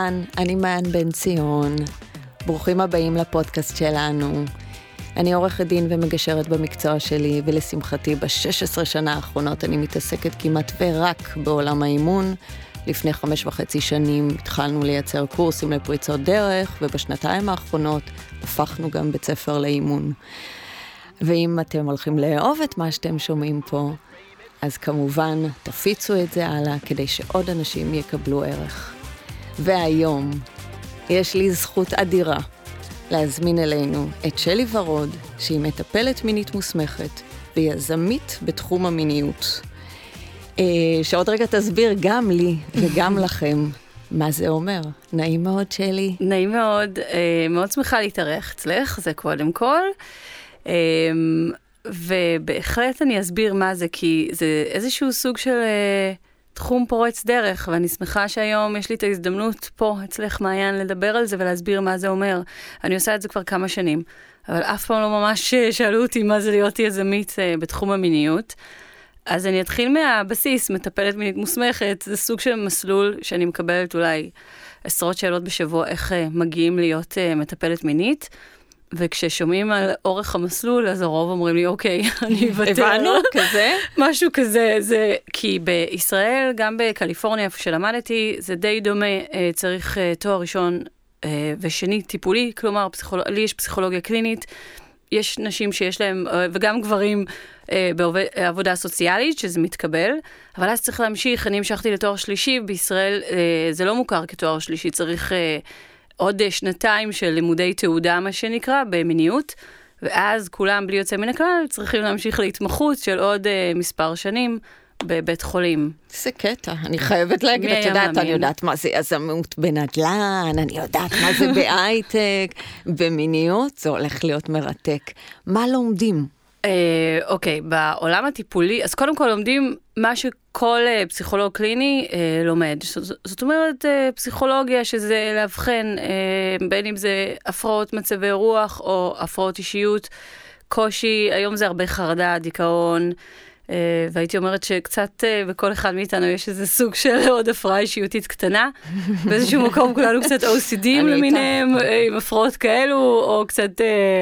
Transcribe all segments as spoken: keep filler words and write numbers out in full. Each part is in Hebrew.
אהלן, אני מעיין בן ציון. ברוכים הבאים לפודקאסט שלנו. אני עורכת דין ומגשרת במקצוע שלי, ולשמחתי ב-שש עשרה שנה האחרונות אני מתעסקת כמעט ורק בעולם האימון. לפני חמש וחצי שנים התחלנו לייצר קורסים לפריצות דרך, ובשנתיים האחרונות הפכנו גם בית ספר לאימון. ואם אתם הולכים לאהוב את מה שאתם שומעים פה, אז כמובן תפיצו את זה הלאה כדי שעוד אנשים יקבלו ערך. והיום יש לי זכות אדירה להזמין אלינו את שלי ורוד, שהיא מטפלת מינית מוסמכת ויזמית בתחום המיניות. שעוד רגע תסביר גם לי וגם לכם מה זה אומר. נעים מאוד, שלי. נעים מאוד, מאוד שמחה להתארח אצלך, זה קודם כל. ובהחלט אני אסביר מה זה, כי זה איזשהו סוג של תחום פורץ דרך, ואני שמחה שהיום יש לי את ההזדמנות פה אצלך מעיין לדבר על זה ולהסביר מה זה אומר. אני עושה את זה כבר כמה שנים, אבל אף פעם לא ממש שאלו אותי מה זה להיות יזמית בתחום המיניות. אז אני אתחיל מהבסיס, מטפלת מינית מוסמכת, זה סוג של מסלול שאני מקבלת אולי עשרות שאלות בשבוע, איך מגיעים להיות מטפלת מינית, וכששומעים על אורך המסלול, אז הרוב אומרים לי, אוקיי, אני אוותר. הבנו, כזה? משהו כזה, זה, כי בישראל, גם בקליפורניה, איפה שלמדתי, זה די דומה, צריך תואר ראשון ושני טיפולי, כלומר, פסיכולוג, לי יש פסיכולוגיה קלינית, יש נשים שיש להם, וגם גברים בעבודה סוציאלית, שזה מתקבל, אבל אז צריך להמשיך, אני המשכתי לתואר שלישי, בישראל זה לא מוכר כתואר שלישי, צריך עוד שנתיים של לימודי תעודה, מה שנקרא, במיניות, ואז כולם בלי יוצא מן הכלל צריכים להמשיך להתמחות של עוד מספר שנים בבית חולים. זה קטע, אני חייבת להגיד, את יודעת, אני יודעת מה זה יזמות בנדל"ן, אני יודעת מה זה בהייטק, במיניות, זה הולך להיות מרתק. מה לומדים? אוקיי, בעולם הטיפולי, אז קודם כל לומדים מה שכל פסיכולוג קליני לומד. זאת אומרת, פסיכולוגיה שזה להבחן, בין אם זה הפרעות מצבי רוח או הפרעות אישיות, קושי, היום זה הרבה חרדה, דיכאון, והייתי אומרת שקצת בכל אחד מאיתנו יש איזה סוג של עוד הפרעה אישיותית קטנה, באיזשהו מקום כולנו קצת או סי די למיניהם, עם הפרעות כאלו, או קצת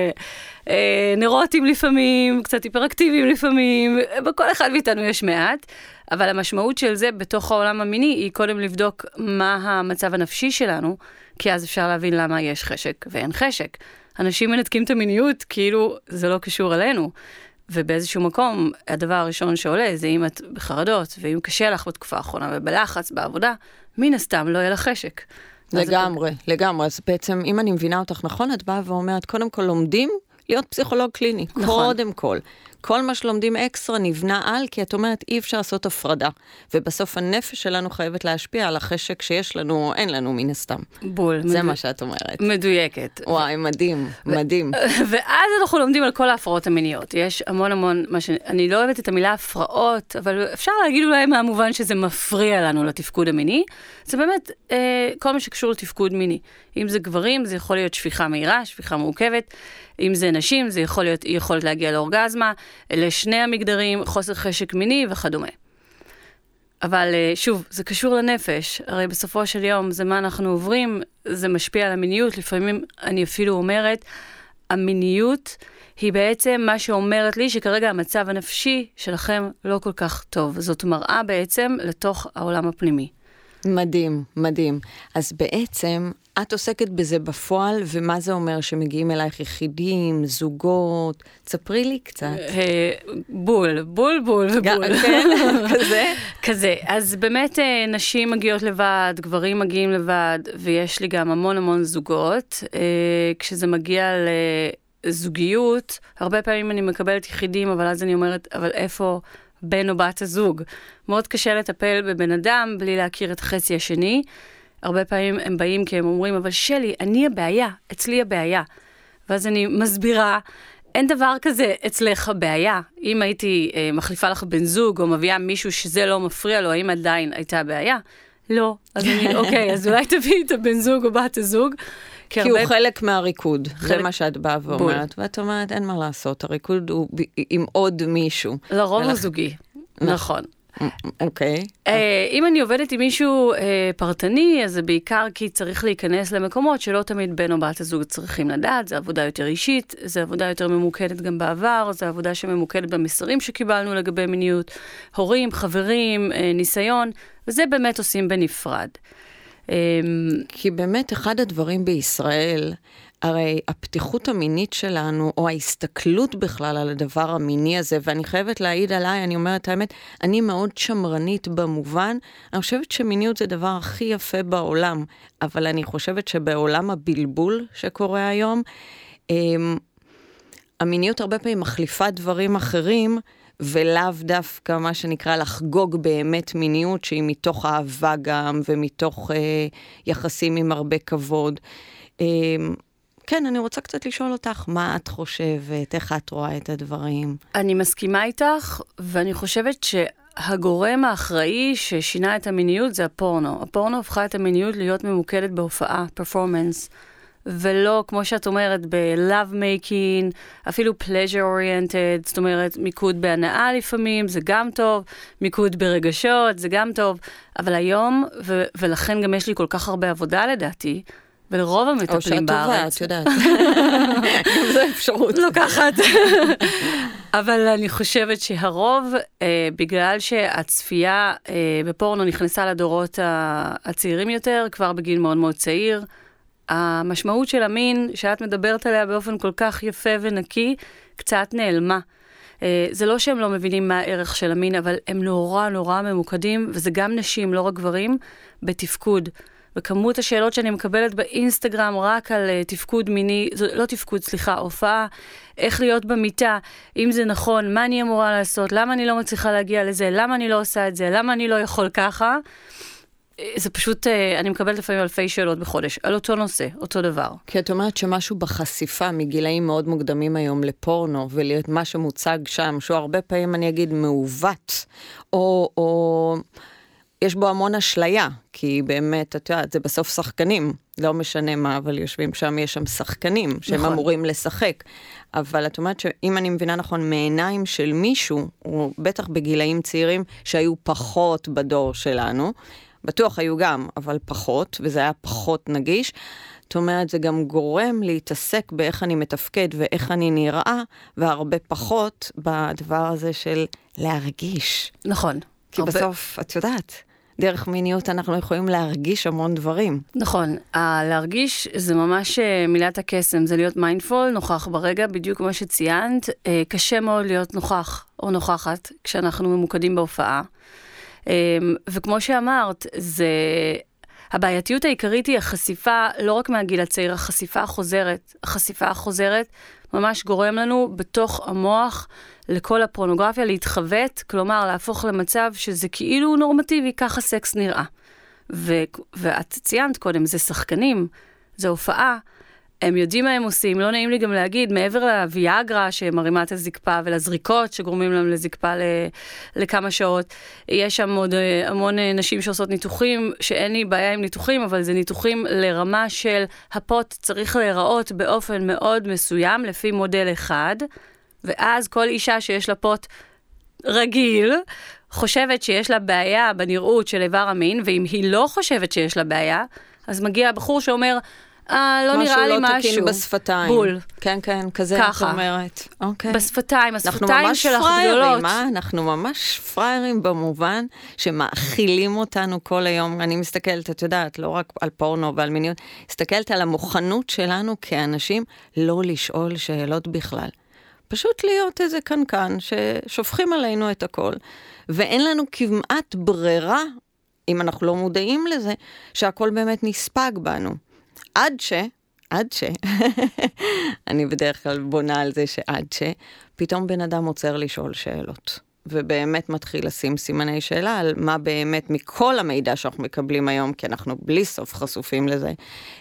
נרוטים לפעמים, קצת היפראקטיביים לפעמים, בכל אחד מאיתנו יש מעט, אבל המשמעות של זה בתוך העולם המיני היא קודם לבדוק מה המצב הנפשי שלנו, כי אז אפשר להבין למה יש חשק ואין חשק. אנשים מנתקים את המיניות כאילו זה לא קשור אלינו, ובאיזשהו מקום, הדבר הראשון שעולה זה אם את בחרדות, ואם קשה לך בתקופה האחרונה ובלחץ בעבודה, מן הסתם לא יהיה לך חשק. לגמרי, לגמרי. אז בעצם, אם אני מבינה אותך נכון, את באה ואומרת, קודם כל לומדים להיות פסיכולוג קליני. נכון. קודם כל. כל מה שלומדים אקסטרה נבנה על, כי את אומרת, אי אפשר לעשות הפרדה. ובסוף הנפש שלנו חייבת להשפיע על החשק שיש לנו, או אין לנו מן הסתם. בול. זה מה שאת אומרת. מדויקת. וואי, מדהים, מדהים. ואז אנחנו לומדים על כל ההפרעות המיניות. יש המון המון, אני לא אוהבת את המילה הפרעות, אבל אפשר להגיד אולי מהמובן שזה מפריע לנו לתפקוד המיני. זה באמת כל מה שקשור לתפקוד מיני. אם זה גברים, זה יכול להיות שפיכה מהירה, שפיכה מורכבת. אם זה נשים, זה יכול להיות, יכולת להגיע לאורגזמה, לשני המגדרים, חוסר חשק מיני וכדומה. אבל שוב, זה קשור לנפש. הרי בסופו של יום, זה מה אנחנו עוברים, זה משפיע על המיניות. לפעמים אני אפילו אומרת, המיניות היא בעצם מה שאומרת לי שכרגע המצב הנפשי שלכם לא כל כך טוב. זאת מראה בעצם לתוך העולם הפנימי. מדהים, מדהים. אז בעצם את עוסקת בזה בפועל, ומה זה אומר שמגיעים אלייך יחידים, זוגות? תספרי לי קצת. בול, בול, בול ובול. כן, כזה? כזה. אז באמת נשים מגיעות לבד, גברים מגיעים לבד, ויש לי גם המון המון זוגות. כשזה מגיע לזוגיות, הרבה פעמים אני מקבלת יחידים, אבל אז אני אומרת, אבל איפה בן או בת הזוג? מאוד קשה לטפל בבן אדם בלי להכיר את החצי השני. הרבה פעמים הם באים כי הם אומרים, אבל שלי, אני הבעיה, אצלי הבעיה. ואז אני מסבירה, אין דבר כזה אצלך הבעיה. אם הייתי אה, מחליפה לך בן זוג, או מביאה מישהו שזה לא מפריע לו, האם עדיין הייתה בעיה? לא. אז אני, אוקיי, אז אולי תביאי את הבן זוג או בת הזוג. כי, כי הרבה... הוא חלק מהריקוד, חלק... זה מה שאת באה ואומרת. בול. ואת אומרת, אין מה לעשות, הריקוד הוא עם עוד מישהו. לרוב ולכ... הוא זוגי, נכון. אוקיי. אם אני עובדת עם מישהו פרטני, אז זה בעיקר כי צריך להיכנס למקומות שלא תמיד בן או בת הזוג צריכים לדעת, זה עבודה יותר אישית, זה עבודה יותר ממוקדת גם בעבר, זה עבודה שממוקדת במסרים שקיבלנו לגבי מיניות, הורים, חברים, ניסיון, וזה באמת עושים בנפרד. כי באמת אחד הדברים בישראל, הרי הפתיחות המינית שלנו, או ההסתכלות בכלל על הדבר המיני הזה, ואני חייבת להעיד עליי, אני אומרת האמת, אני מאוד שמרנית במובן, אני חושבת שמיניות זה דבר הכי יפה בעולם, אבל אני חושבת שבעולם הבלבול שקורה היום, המיניות הרבה פעמים מחליפה דברים אחרים, ולאו דווקא מה שנקרא לחגוג באמת מיניות, שהיא מתוך אהבה גם, ומתוך אה, יחסים עם הרבה כבוד. אה, כן, אני רוצה קצת לשאול אותך, מה את חושבת, איך את רואה את הדברים? אני מסכימה איתך, ואני חושבת שהגורם האחראי ששינה את המיניות זה הפורנו. הפורנו הפכה את המיניות להיות ממוקדת בהופעה, פרפורמנס, ולא, כמו שאת אומרת, ב-love making, אפילו pleasure oriented, זאת אומרת, מיקוד בהנאה לפעמים, זה גם טוב, מיקוד ברגשות, זה גם טוב, אבל היום, ו- ולכן גם יש לי כל כך הרבה עבודה לדעתי, ולרוב המטפלים בארץ. או שאת טובה, את יודעת. גם זה אפשרות. לוקחת. אבל אני חושבת שהרוב, אה, בגלל שהצפייה אה, בפורנו נכנסה לדורות הצעירים יותר, כבר בגיל מאוד מאוד צעיר, המשמעות של המין, שאת מדברת עליה באופן כל כך יפה ונקי, קצת נעלמה. זה לא שהם לא מבינים מה הערך של המין, אבל הם נורא נורא ממוקדים, וזה גם נשים, לא רק גברים, בתפקוד. וכמות השאלות שאני מקבלת באינסטגרם רק על תפקוד מיני, לא תפקוד, סליחה, הופעה, איך להיות במיטה, אם זה נכון, מה אני אמורה לעשות, למה אני לא מצליחה להגיע לזה, למה אני לא עושה את זה, למה אני לא יכול ככה. זה פשוט, אני מקבלת לפעמים אלפי שאלות בחודש, על אותו נושא, אותו דבר. כי את אומרת שמשהו בחשיפה מגילאים מאוד מוקדמים היום לפורנו, ולהיות מה שמוצג שם, שהוא הרבה פעמים אני אגיד מעוות, או, או יש בו המון אשליה, כי באמת, את יודעת, זה בסוף שחקנים, לא משנה מה, אבל יושבים שם, יש שם שחקנים, שהם נכון. אמורים לשחק. אבל את אומרת שאם אני מבינה נכון, מעיניים של מישהו, או בטח בגילאים צעירים, שהיו פחות בדור שלנו, בטוח היו גם, אבל פחות, וזה היה פחות נגיש. זאת אומרת, זה גם גורם להתעסק באיך אני מתפקד ואיך אני נראה, והרבה פחות בדבר הזה של להרגיש. נכון. כי הרבה... בסוף, את יודעת, דרך מיניות אנחנו יכולים להרגיש המון דברים. נכון. להרגיש זה ממש מילת הקסם, זה להיות מיינדפול, נוכח ברגע, בדיוק כמו שציינת. קשה מאוד להיות נוכח או נוכחת כשאנחנו ממוקדים בהופעה. וכמו שאמרת, זה... הבעייתיות העיקרית היא החשיפה, לא רק מהגיל הצעיר, החשיפה החוזרת. החשיפה החוזרת ממש גורם לנו בתוך המוח לכל הפורנוגרפיה להתחוות, כלומר להפוך למצב שזה כאילו נורמטיבי, ככה סקס נראה. ו... ואת ציינת קודם, זה שחקנים, זה הופעה, הם יודעים מה הם עושים, לא נעים לי גם להגיד, מעבר לוויאגרה שמרימה את הזקפה ולזריקות שגורמים להם לזקפה ל, לכמה שעות, יש שם עוד המון נשים שעושות ניתוחים, שאין לי בעיה עם ניתוחים, אבל זה ניתוחים לרמה של הפוט צריך להיראות באופן מאוד מסוים, לפי מודל אחד, ואז כל אישה שיש לה פוט רגיל, חושבת שיש לה בעיה בנראות של איבר המין, ואם היא לא חושבת שיש לה בעיה, אז מגיע הבחור שאומר, אה, לא נראה לי משהו. משהו לא תקין בשפתיים. בול. כן, כן, כזה ככה. את אומרת. אוקיי. בשפתיים, השפתיים שלך גדולות. אה? אנחנו ממש פריירים במובן שמאכילים אותנו כל היום. אני מסתכלת, את יודעת, לא רק על פורנו ועל מיניות, מסתכלת על המוכנות שלנו כאנשים לא לשאול שאלות בכלל. פשוט להיות איזה קנקן ששופכים עלינו את הכל. ואין לנו כמעט ברירה, אם אנחנו לא מודעים לזה, שהכל באמת נספג בנו. עד ש, עד ש, אני בדרך כלל בונה על זה שעד ש, פתאום בן אדם עוצר לשאול שאלות, ובאמת מתחיל לשים סימני שאלה על מה באמת מכל המידע שאנחנו מקבלים היום, כי אנחנו בלי סוף חשופים לזה,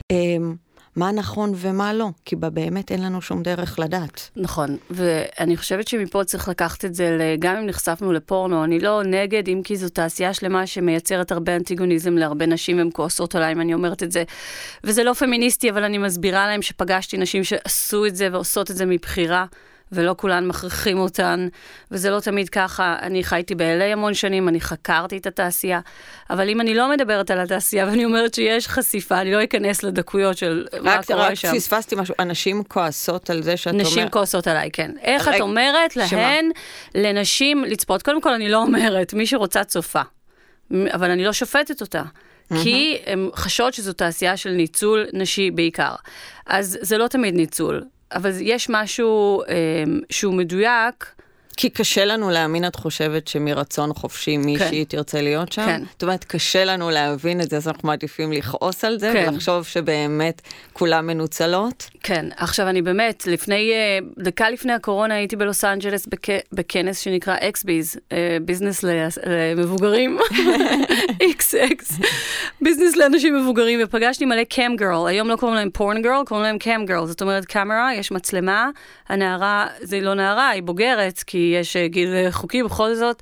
מה נכון ומה לא, כי באמת אין לנו שום דרך לדעת. נכון, ואני חושבת שמפה צריך לקחת את זה, גם אם נחשפנו לפורנו, אני לא נגד, אם כי זו תעשייה שלמה שמייצרת הרבה אנטיגוניזם להרבה נשים, והן כועסות עליי אם אני אומרת את זה, וזה לא פמיניסטי, אבל אני מסבירה להם שפגשתי נשים שעשו את זה ועושות את זה מבחירה, ולא כולן מכריחים אותן, וזה לא תמיד ככה. אני חייתי ב-אל איי המון שנים, אני חקרתי את התעשייה, אבל אם אני לא מדברת על התעשייה, ואני אומרת שיש חשיפה, אני לא אכנס לדקויות של מה קורה שם. רק פספסתי משהו, אנשים כועסות על זה שאת אומרת... נשים כועסות עליי, כן. איך את אומרת להן, לנשים לצפות? קודם כל, אני לא אומרת, מי שרוצה צופה, אבל אני לא שופטת אותה. כי הם חשות שזו תעשייה של ניצול נשי בעיקר. אז זה לא תמיד ניצול, אבל יש משהו שהוא מדויק. כי קשה לנו להאמין, את חושבת שמרצון חופשי מישהי תרצה להיות שם? כן. זאת אומרת, קשה לנו להבין את זה, אז אנחנו מעדיפים לכעוס על זה, כן. ולחשוב שבאמת כולם מנוצלות? כן. עכשיו אני באמת, לפני, דקה לפני הקורונה הייתי בלוס אנג'לס בכ, בכנס שנקרא אקס-ביז, ביזנס למבוגרים, אקס אקס, ביזנס לאנשים מבוגרים, ופגשתי מלא קאם גרל, היום לא קוראים להם פורן גרל, קוראים להם קאם גרל, זאת אומרת קאמרה, יש מצלמה, הנערה, זה לא נערה, היא בוגרת, כי יש גיל חוקי בכל זאת,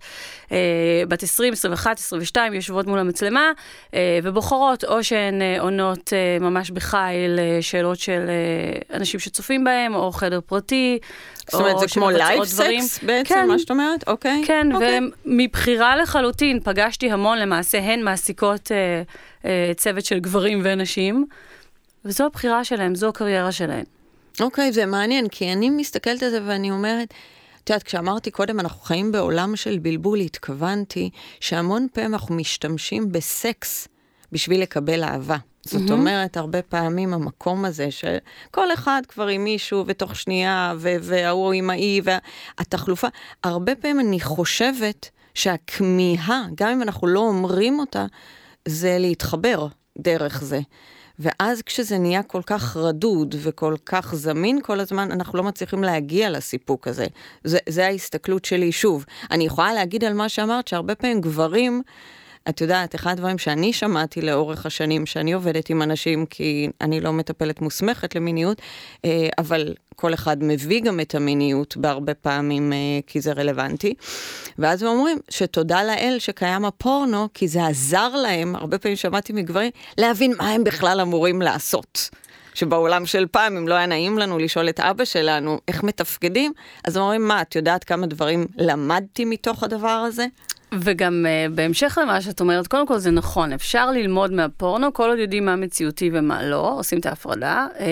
בת עשרים, עשרים ואחת, עשרים ושתיים, יושבות מול המצלמה, ובוחרות או שהן עונות ממש בחי לשאלות של אנשים שצופים בהם, או חדר פרטי, זאת אומרת, זה כמו לייב סקס בעצם, מה שאת אומרת? אוקיי. כן, ומבחירה לחלוטין פגשתי המון, למעשה הן מעסיקות צוות של גברים ונשים, וזו הבחירה שלהם, זו הקריירה שלהם. אוקיי, זה מעניין, כי אני מסתכלת על זה ואני אומרת, את יודעת, כשאמרתי קודם, אנחנו חיים בעולם של בלבול, התכוונתי שהמון פעמים אנחנו משתמשים בסקס בשביל לקבל אהבה. זאת אומרת, הרבה פעמים המקום הזה שכל אחד כבר עם מישהו ותוך שנייה, והוא עם האי, והתחלופה, הרבה פעמים אני חושבת שהכמיהה, גם אם אנחנו לא אומרים אותה, זה להתחבר דרך זה. ואז כשזה נהיה כל כך רדוד וכל כך זמין כל הזמן, אנחנו לא מצליחים להגיע לסיפוק הזה. זה, זה ההסתכלות שלי שוב. אני יכולה להגיד על מה שאמרת, שהרבה פעמים גברים, את יודעת, אחד הדברים שאני שמעתי לאורך השנים, שאני עובדת עם אנשים, כי אני לא מטפלת מוסמכת למיניות, אבל כל אחד מביא גם את המיניות בהרבה פעמים, כי זה רלוונטי. ואז הם אומרים שתודה לאל שקיים הפורנו, כי זה עזר להם, הרבה פעמים שמעתי מגברים, להבין מה הם בכלל אמורים לעשות. שבעולם של פעם, אם לא היה נעים לנו לשאול את אבא שלנו, איך מתפקדים, אז הם אומרים, מה, את יודעת כמה דברים למדתי מתוך הדבר הזה? וגם uh, בהמשך למה שאת אומרת, קודם כל זה נכון, אפשר ללמוד מהפורנו, כל עוד יודעים מה מציאותי ומה לא, עושים את ההפרדה. Uh,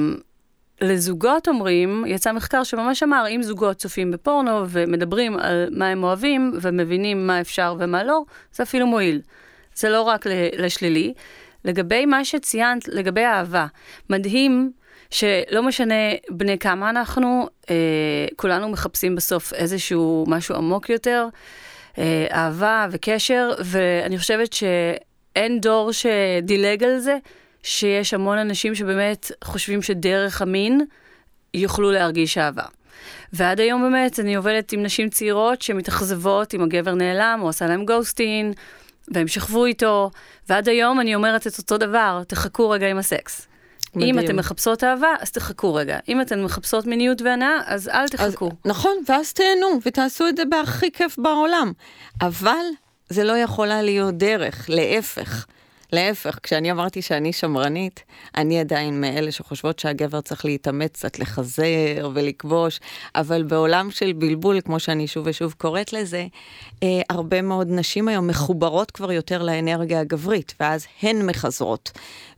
לזוגות אומרים, יצא מחקר שממש אמר, אם זוגות צופים בפורנו ומדברים על מה הם אוהבים ומבינים מה אפשר ומה לא, זה אפילו מועיל. זה לא רק לשלילי. לגבי מה שציינת, לגבי האהבה, מדהים שלא משנה בני כמה אנחנו, אה, כולנו מחפשים בסוף איזשהו משהו עמוק יותר, אה, אהבה וקשר, ואני חושבת שאין דור שדילג על זה, שיש המון אנשים שבאמת חושבים שדרך המין יוכלו להרגיש אהבה. ועד היום באמת אני עובדת עם נשים צעירות שמתאכזבות אם הגבר נעלם או עשה להם גוסטין, והם שכבו איתו, ועד היום אני אומרת את אותו דבר, תחכו רגע עם הסקס. מדהים. אם אתן מחפשות אהבה, אז תחכו רגע. אם אתן מחפשות מיניות והנאה, אז אל תחכו. אז, נכון, ואז תהנו, ותעשו את זה בהכי כיף בעולם. אבל זה לא יכולה להיות דרך, להפך. להפך, כשאני אמרתי שאני שמרנית, אני עדיין מאלה שחושבות שהגבר צריך להתאמץ קצת לחזר ולכבוש, אבל בעולם של בלבול, כמו שאני שוב ושוב קוראת לזה, אה, הרבה מאוד נשים היום מחוברות כבר יותר לאנרגיה הגברית, ואז הן מחזרות,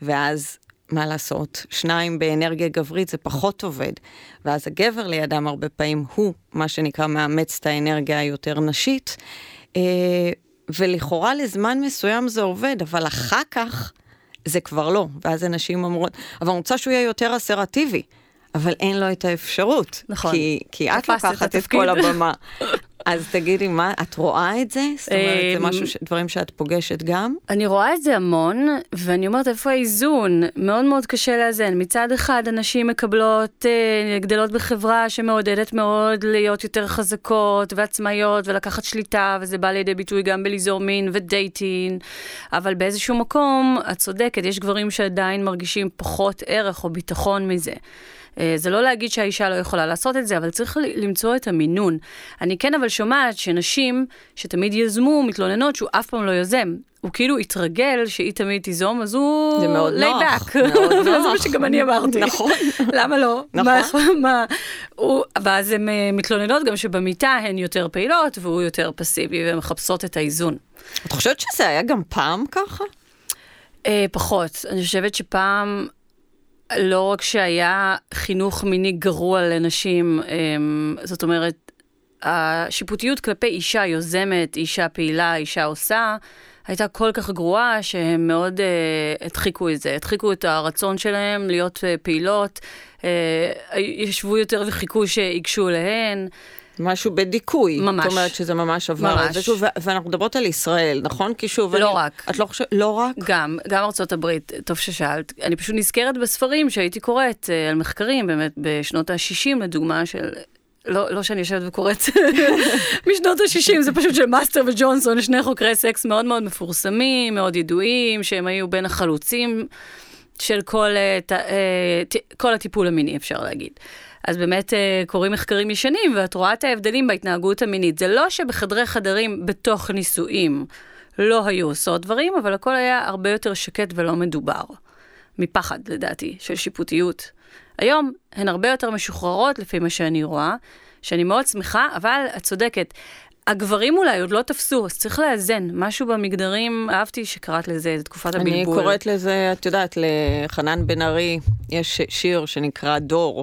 ואז מה לעשות? שניים באנרגיה גברית זה פחות עובד, ואז הגבר לידם הרבה פעמים הוא, מה שנקרא מאמץ את האנרגיה היותר נשית, אה, ולכאורה לזמן מסוים זה עובד, אבל אחר כך זה כבר לא. ואז אנשים אומרות, אבל אני רוצה שהוא יהיה יותר אסרטיבי, אבל אין לו את האפשרות. נכון. כי, כי את לוקחת את כל הבמה. אז תגידי, מה, את רואה את זה? זאת אומרת, זה משהו, ש... דברים שאת פוגשת גם? אני רואה את זה המון, ואני אומרת, איפה האיזון? מאוד מאוד קשה לאזן. מצד אחד, אנשים מקבלות, גדלות בחברה שמעודדת מאוד להיות יותר חזקות ועצמאיות, ולקחת שליטה, וזה בא לידי ביטוי גם בליזור מין ודייטין, אבל באיזשהו מקום, את צודקת, יש גברים שעדיין מרגישים פחות ערך או ביטחון מזה. זה לא להגיד שהאישה לא יכולה לעשות את זה, אבל צריך למצוא את המינון. אני כן אבל שומעת שנשים שתמיד יזמו, מתלוננות שהוא אף פעם לא יוזם. הוא כאילו התרגל שהיא תמיד תיזום, אז הוא... זה מאוד נוח. מאוד נוח. זה מה שגם אני אמרתי. נכון. למה לא? נכון. מה? הוא... ואז הן מתלוננות גם שבמיטה הן יותר פעילות, והוא יותר פסיבי, והן מחפשות את האיזון. את חושבת שזה היה גם פעם ככה? אה, פחות. אני חושבת שפעם... לא רק שהיה חינוך מיני גרוע לנשים, זאת אומרת, השיפוטיות כלפי אישה יוזמת, אישה פעילה, אישה עושה, הייתה כל כך גרועה שהם מאוד uh, הדחיקו את זה, הדחיקו את הרצון שלהם להיות uh, פעילות, uh, ישבו יותר וחיכו שיגשו להן. משהו בדיכוי. ממש. זאת אומרת שזה ממש עבר. ממש. ושוב, ואנחנו מדברות על ישראל, נכון? כי שוב... לא אני, רק. את לא חושבת, לא רק? גם, גם ארצות הברית, טוב ששאלת. אני פשוט נזכרת בספרים שהייתי קוראת uh, על מחקרים, באמת בשנות ה-שישים, לדוגמה של... לא, לא שאני יושבת וקוראת משנות ה-שישים, זה פשוט של מאסטר וג'ונסון, שני חוקרי סקס מאוד מאוד מפורסמים, מאוד ידועים, שהם היו בין החלוצים של כל, ת, כל הטיפול המיני, אפשר להגיד. אז באמת קוראים מחקרים ישנים, ואת רואה את ההבדלים בהתנהגות המינית. זה לא שבחדרי חדרים בתוך נישואים לא היו עושות דברים, אבל הכל היה הרבה יותר שקט ולא מדובר. מפחד, לדעתי, של שיפוטיות. היום הן הרבה יותר משוחררות, לפי מה שאני רואה, שאני מאוד שמחה, אבל את צודקת. הגברים אולי עוד לא תפסו, אז צריך לאזן. משהו במגדרים, אהבתי שקראת לזה, זה תקופת הבלבול. אני קוראת לזה, את יודעת, לחנן בן ארי, יש שיר שנקרא דור,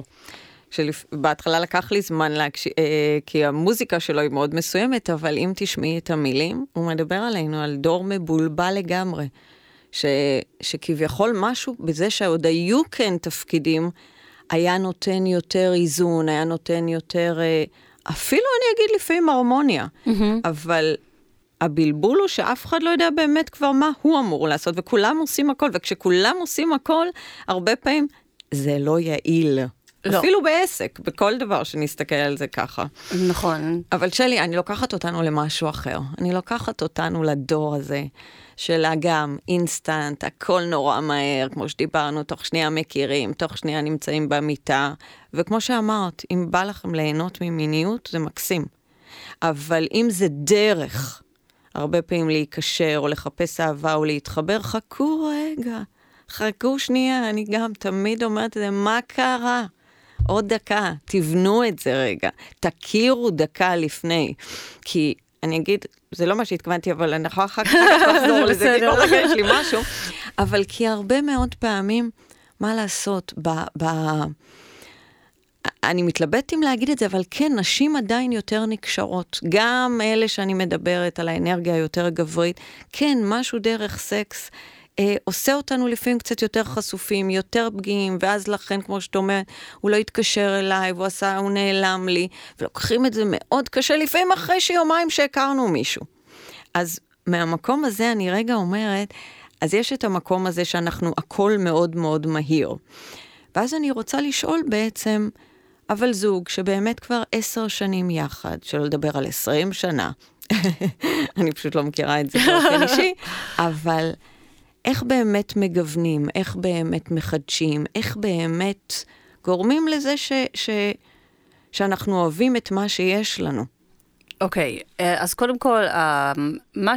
שבהתחלה לקח לי זמן להקשיב, כי המוזיקה שלו היא מאוד מסוימת, אבל אם תשמעי את המילים, הוא מדבר עלינו, על דור מבולבל לגמרי. ש, שכביכול משהו בזה שעוד היו כן תפקידים, היה נותן יותר איזון, היה נותן יותר, אפילו אני אגיד לפעמים הרמוניה, mm-hmm. אבל הבלבול הוא שאף אחד לא יודע באמת כבר מה הוא אמור לעשות, וכולם עושים הכל, וכשכולם עושים הכל, הרבה פעמים זה לא יעיל. לא. אפילו בעסק, בכל דבר שנסתכל על זה ככה. נכון. אבל שלי, אני לוקחת אותנו למשהו אחר. אני לוקחת אותנו לדור הזה, של גם אינסטנט, הכל נורא מהר, כמו שדיברנו, תוך שנייה מכירים, תוך שנייה נמצאים במיטה, וכמו שאמרת, אם בא לכם ליהנות ממיניות, זה מקסים. אבל אם זה דרך, הרבה פעמים להיקשר, או לחפש אהבה, או להתחבר, חכו רגע, חכו שנייה, אני גם תמיד אומרת את זה, מה קרה? עוד דקה, תבנו את זה רגע, תכירו דקה לפני, כי אני אגיד, זה לא מה שהתכוונתי, אבל אני אחר כך לחזור לזה, כי כל רגע יש לי משהו, אבל כי הרבה מאוד פעמים, מה לעשות, ב, ב... אני מתלבט אם להגיד את זה, אבל כן, נשים עדיין יותר נקשרות, גם אלה שאני מדברת על האנרגיה היותר גברית, כן, משהו דרך סקס, אה, עושה אותנו לפעמים קצת יותר חשופים, יותר פגיעים, ואז לכן, כמו שאת אומרת, הוא לא התקשר אליי, והוא עשה, הוא נעלם לי, ולוקחים את זה מאוד קשה, לפעמים אחרי שיומיים שהכרנו מישהו. אז מהמקום הזה אני רגע אומרת, אז יש את המקום הזה שאנחנו הכל מאוד מאוד מהיר. ואז אני רוצה לשאול בעצם, אבל זוג שבאמת כבר עשר שנים יחד, שלא לדבר על עשרים שנה, אני פשוט לא מכירה את זה באופן אישי, אבל איך באמת מגוונים, איך באמת מחדשים, איך באמת גורמים לזה ש, ש, שאנחנו אוהבים את מה שיש לנו. אוקיי, okay, אז קודם כל, מה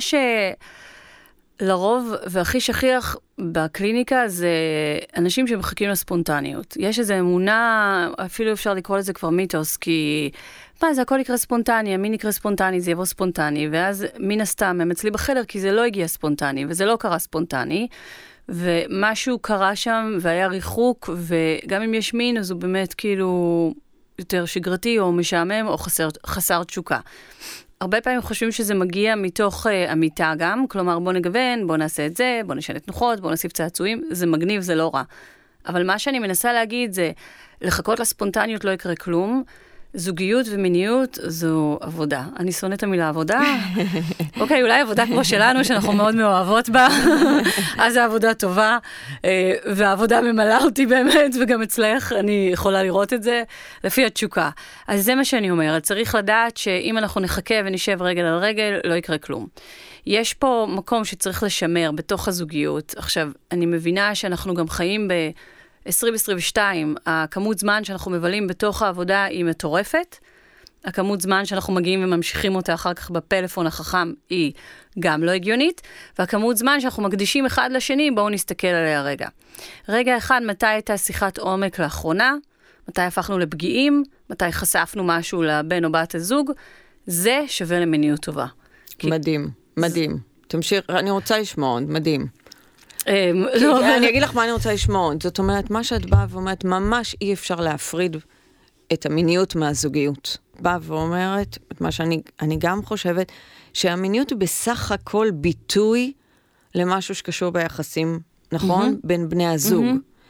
שלרוב והכי שכיח בקליניקה זה אנשים שמחכים לספונטניות. יש איזו אמונה, אפילו אפשר לקרוא לזה כבר מיתוס, כי מה, זה הכל יקרה ספונטני, המין יקרה ספונטני, זה יבוא ספונטני, ואז מן הסתם הם אצלי בחדר, כי זה לא הגיע ספונטני, וזה לא קרה ספונטני, ומשהו קרה שם, והיה ריחוק, וגם אם יש מין, אז הוא באמת כאילו יותר שגרתי, או משעמם, או חסר, חסר תשוקה. הרבה פעמים חושבים שזה מגיע מתוך uh, המיטה גם, כלומר בוא נגוון, בוא נעשה את זה, בוא נשנה תנוחות, בוא נוסיף צעצועים, זה מגניב, זה לא רע. אבל מה שאני מנסה להגיד זה, לחכות לספונטניות לא יקרה כלום, זוגיות ומיניות זו עבודה. אני שונאת המילה עבודה. אוקיי, אולי עבודה כמו שלנו, שאנחנו מאוד מאוהבות בה, אז זו עבודה טובה, והעבודה ממלאה אותי באמת, וגם אצלך, אני יכולה לראות את זה, לפי התשוקה. אז זה מה שאני אומרת, צריך לדעת שאם אנחנו נחכה ונשב רגל על רגל, לא יקרה כלום. יש פה מקום שצריך לשמר בתוך הזוגיות. עכשיו, אני מבינה שאנחנו גם חיים ב... עשרים עשרים ושתיים, הכמות זמן שאנחנו מבלים בתוך העבודה היא מטורפת, הכמות זמן שאנחנו מגיעים וממשיכים אותה אחר כך בפלאפון החכם היא גם לא הגיונית, והכמות זמן שאנחנו מקדישים אחד לשני, בואו נסתכל עליה רגע. רגע אחד, מתי הייתה שיחת עומק לאחרונה, מתי הפכנו לפגיעים, מתי חשפנו משהו לבן או בת הזוג, זה שווה למיניות טובה. מדהים, מדהים. תמשיך, אני רוצה לשמוע עוד, מדהים. אני אגיד לך מה אני רוצה לשמוע עוד. זאת אומרת, מה שאת באה ואומרת, ממש אי אפשר להפריד את המיניות מהזוגיות. באה ואומרת, את מה שאני אני גם חושבת, שהמיניות היא בסך הכל ביטוי למשהו שקשור ביחסים, נכון? בין בני הזוג.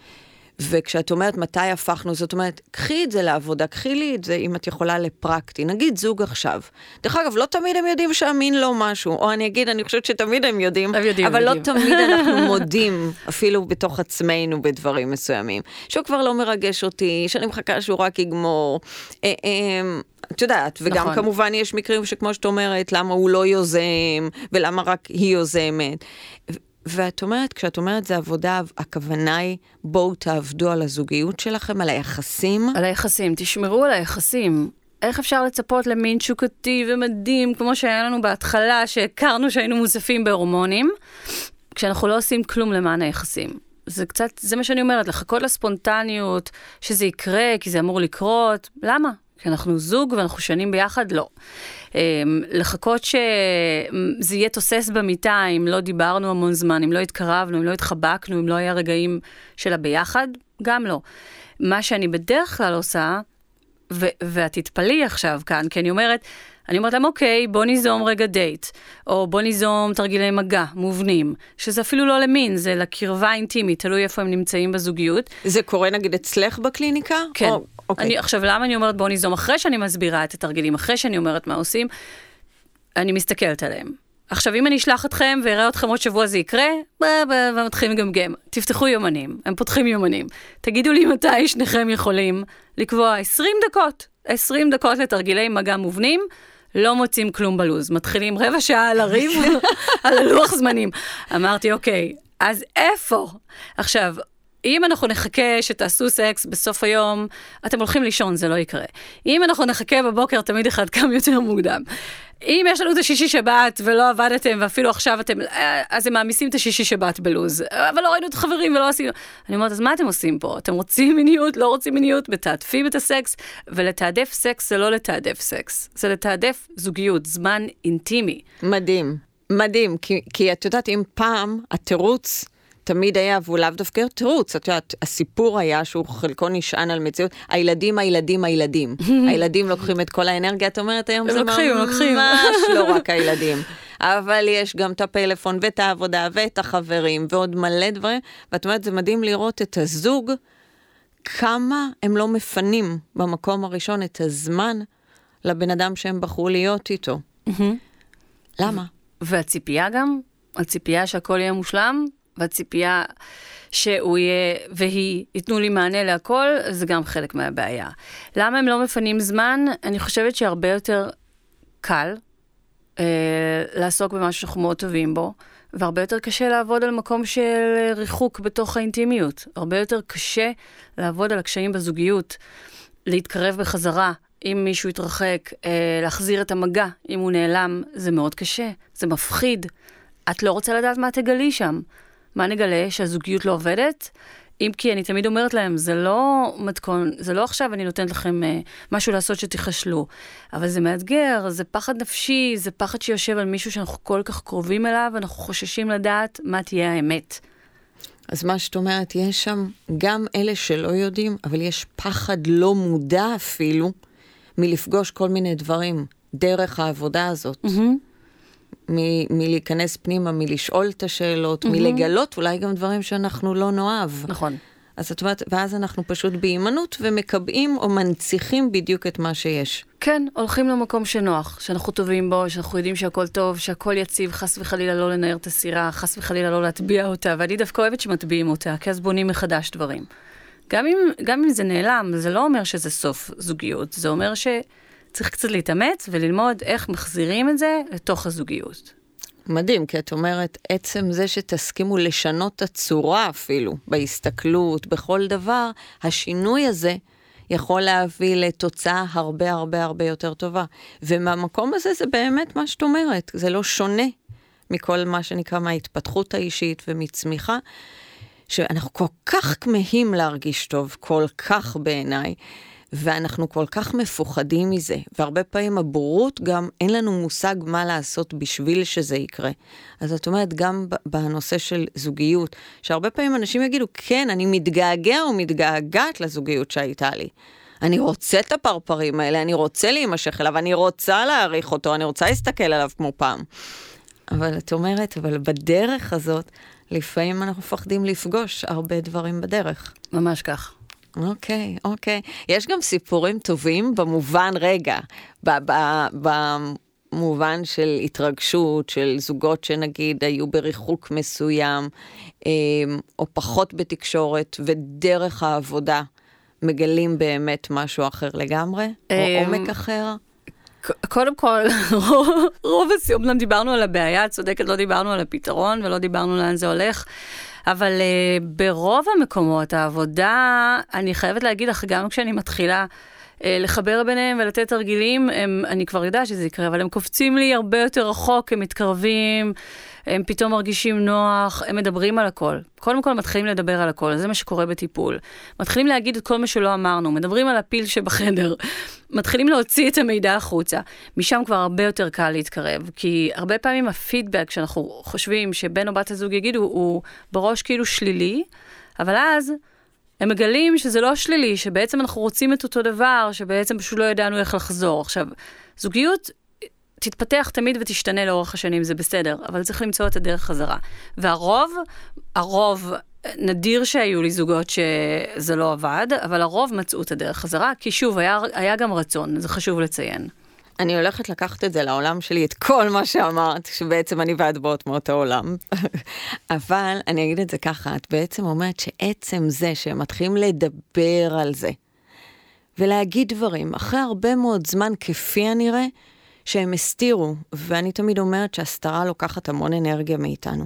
וכשאת אומרת מתי הפכנו, זאת אומרת, קחי את זה לעבודה, קחי לי את זה אם את יכולה לפרקטי, נגיד זוג עכשיו. דרך אגב, לא תמיד הם יודעים שהמין לא משהו, או אני אגיד, אני חושבת שתמיד הם יודעים, הם יודעים אבל הם לא יודעים. תמיד אנחנו מודים, אפילו בתוך עצמנו בדברים מסוימים. שהוא כבר לא מרגש אותי, שאני מחכה שהוא רק יגמור. אה, אה, את יודעת, וגם נכון. כמובן יש מקרים שכמו שאת אומרת, למה הוא לא יוזם, ולמה רק היא יוזמת. ואת אומרת, כשאת אומרת זה עבודה, הכוונה היא, בואו תעבדו על הזוגיות שלכם, על היחסים. על היחסים, תשמרו על היחסים. איך אפשר לצפות למין שוקתי ומדהים, כמו שהיה לנו בהתחלה, שהכרנו שהיינו מוספים בהורמונים, כשאנחנו לא עושים כלום למען היחסים. זה קצת, זה מה שאני אומרת, לחכות לספונטניות, שזה יקרה, כי זה אמור לקרות. למה? כי אנחנו זוג ואנחנו שנים ביחד, לא. לחכות שזה יהיה תוסס במיטה, אם לא דיברנו המון זמן, אם לא התקרבנו, אם לא התחבקנו, אם לא היה רגעים שלה ביחד, גם לא. מה שאני בדרך כלל עושה, ו- ואת תתפלי עכשיו כאן, כי אני אומרת, אני אומרת להם, אוקיי, בוא ניזום רגע דייט, או בוא ניזום תרגילי מגע, מובנים, שזה אפילו לא למין, זה לקרבה אינטימית, תלוי איפה הם נמצאים בזוגיות. זה קורה נגיד אצלך בקליניקה? כן. או, אוקיי. אני, עכשיו, למה אני אומרת בוא ניזום? אחרי שאני מסבירה את התרגילים, אחרי שאני אומרת מה עושים, אני מסתכלת עליהם. עכשיו, אם אני אשלח אתכם ואראה אתכם עוד שבוע זה יקרה, ומתחילים לגמגם. תפתחו יומנים, הם פותחים יומנים. תגידו לי מתי שניכם יכולים לקבוע עשרים דקות, עשרים דקות לתרגילי מגע מובנים, לא מוצאים כלום בלוז. מתחילים רבע שעה על הריב, על הלוח זמנים. אמרתי, אוקיי, אז איפה? עכשיו, אם אנחנו נחכה שתעשו סקס בסוף היום, אתם הולכים לישון, זה לא יקרה. אם אנחנו נחכה בבוקר, תמיד אחד קם יותר מוקדם. אם יש לנו את השישי שבת ולא עבדתם, ואפילו עכשיו אתם, אז הם מעמיסים את השישי שבת בלוז. אבל לא ראינו את החברים ולא עשינו. אני אומרת, אז מה אתם עושים פה? אתם רוצים מיניות, לא רוצים מיניות, מתעדפים את הסקס, ולתעדף סקס זה לא לתעדף סקס. זה לתעדף זוגיות, זמן אינטימי. מדהים, מדהים, כי, כי את יודעת, אם פעם התירוץ תמיד היה, והוא לאו דווקא תירוץ, את יודעת, הסיפור היה שהוא חלקו נשען על מציאות, הילדים, הילדים, הילדים. הילדים לוקחים את כל האנרגיה, את אומרת היום, זה לוקחים, לוקחים. ממש לא רק הילדים. אבל יש גם את הפלאפון ואת העבודה ואת החברים ועוד מלא דברים, ואת אומרת, זה מדהים לראות את הזוג, כמה הם לא מפנים במקום הראשון את הזמן לבן אדם שהם בחרו להיות איתו. למה? והציפייה גם, הציפייה שהכל יהיה מושלם, והציפייה שהוא יהיה, והיא ייתנו לי מענה להכל, זה גם חלק מהבעיה. למה הם לא מפנים זמן? אני חושבת שהרבה יותר קל אה, לעסוק במשהו שאנחנו מאוד טובים בו, והרבה יותר קשה לעבוד על מקום של ריחוק בתוך האינטימיות. הרבה יותר קשה לעבוד על הקשיים בזוגיות, להתקרב בחזרה, אם מישהו יתרחק, אה, להחזיר את המגע, אם הוא נעלם, זה מאוד קשה, זה מפחיד. את לא רוצה לדעת מה תגלי שם. מה נגלה? שהזוגיות לא עובדת? אם כי אני תמיד אומרת להם, זה לא מתכון, זה לא עכשיו אני נותנת לכם אה, משהו לעשות שתיחשלו, אבל זה מאתגר, זה פחד נפשי, זה פחד שיושב על מישהו שאנחנו כל כך קרובים אליו, ואנחנו חוששים לדעת מה תהיה האמת. אז מה שאת אומרת, יש שם גם אלה שלא יודעים, אבל יש פחד לא מודע אפילו, מלפגוש כל מיני דברים, דרך העבודה הזאת. Mm-hmm. מ- מלהיכנס פנימה, מלשאול את השאלות, mm-hmm. מלגלות אולי גם דברים שאנחנו לא נאהב. נכון. אז את אומרת, ואז אנחנו פשוט באימנות ומקבעים או מנציחים בדיוק את מה שיש. כן, הולכים למקום שנוח, שאנחנו טובים בו, שאנחנו יודעים שהכל טוב, שהכל יציב, חס וחלילה לא לנער את הסירה, חס וחלילה לא להטביע אותה, ואני דווקא אוהבת שמטביעים אותה, כי אז בונים מחדש דברים. גם אם, גם אם זה נעלם, זה לא אומר שזה סוף זוגיות, זה אומר שצריך קצת להתאמץ וללמוד איך מחזירים את זה לתוך הזוגיות. מדהים, כי את אומרת, עצם זה שתסכימו לשנות את הצורה אפילו, בהסתכלות, בכל דבר, השינוי הזה יכול להביא לתוצאה הרבה הרבה הרבה יותר טובה. ומהמקום הזה זה באמת מה שאת אומרת, זה לא שונה מכל מה שנקרא מההתפתחות האישית ומצמיחה, שאנחנו כל כך כמהים להרגיש טוב, כל כך בעיניי, ואנחנו כל כך מפוחדים מזה, והרבה פעמים הבורות גם אין לנו מושג מה לעשות בשביל שזה יקרה. אז את אומרת גם בנושא של זוגיות, שהרבה פעמים אנשים יגידו, כן, אני מתגעגע או מתגעגעת לזוגיות שהייתה לי. אני רוצה את הפרפרים האלה, אני רוצה להימשך אליו, אני רוצה להעריך אותו, אני רוצה להסתכל עליו כמו פעם. אבל את אומרת, אבל בדרך הזאת, לפעמים אנחנו מפחדים לפגוש הרבה דברים בדרך. ממש כך. אוקיי, אוקיי. יש גם סיפורים טובים במובן, רגע, במובן של התרגשות, של זוגות שנגיד היו בריחוק מסוים, או פחות בתקשורת, ודרך העבודה מגלים באמת משהו אחר לגמרי, או עומק אחר. קודם כל, רוב הסיום, אומנם דיברנו על הבעיה, צודקת, לא דיברנו על הפתרון, ולא דיברנו לאן זה הולך, אבל uh, ברוב המקומות, העבודה, אני חייבת להגיד לך, גם כשאני מתחילה uh, לחבר ביניהם ולתת תרגילים, הם, אני כבר יודעת שזה יקרה, אבל הם קופצים לי הרבה יותר רחוק, הם מתקרבים, הם פתאום מרגישים נוח, הם מדברים על הכל. קודם כל מתחילים לדבר על הכל, זה מה שקורה בטיפול. מתחילים להגיד את כל מה שלא אמרנו, מדברים על הפיל שבחדר, מתחילים להוציא את המידע החוצה. משם כבר הרבה יותר קל להתקרב, כי הרבה פעמים הפידבק שאנחנו חושבים שבן או בת הזוג יגידו, הוא בראש כאילו שלילי, אבל אז הם מגלים שזה לא שלילי, שבעצם אנחנו רוצים את אותו דבר, שבעצם פשוט לא ידענו איך לחזור. עכשיו, זוגיות תתפתח תמיד ותשתנה לאורך השנים, זה בסדר, אבל צריך למצוא את הדרך חזרה. והרוב, הרוב, נדיר שהיו לי זוגות שזה לא עבד, אבל הרוב מצאו את הדרך חזרה, כי שוב, היה, היה גם רצון, זה חשוב לציין. אני הולכת לקחת את זה לעולם שלי, את כל מה שאמרת, שבעצם אני ואת באות מאותו עולם. אבל אני אגיד את זה ככה, את בעצם אומרת שעצם זה שהם מתחילים לדבר על זה, ולהגיד דברים, אחרי הרבה מאוד זמן כפי הנראה, שהם הסתירו, ואני תמיד אומרת שהסתרה לוקחת המון אנרגיה מאיתנו.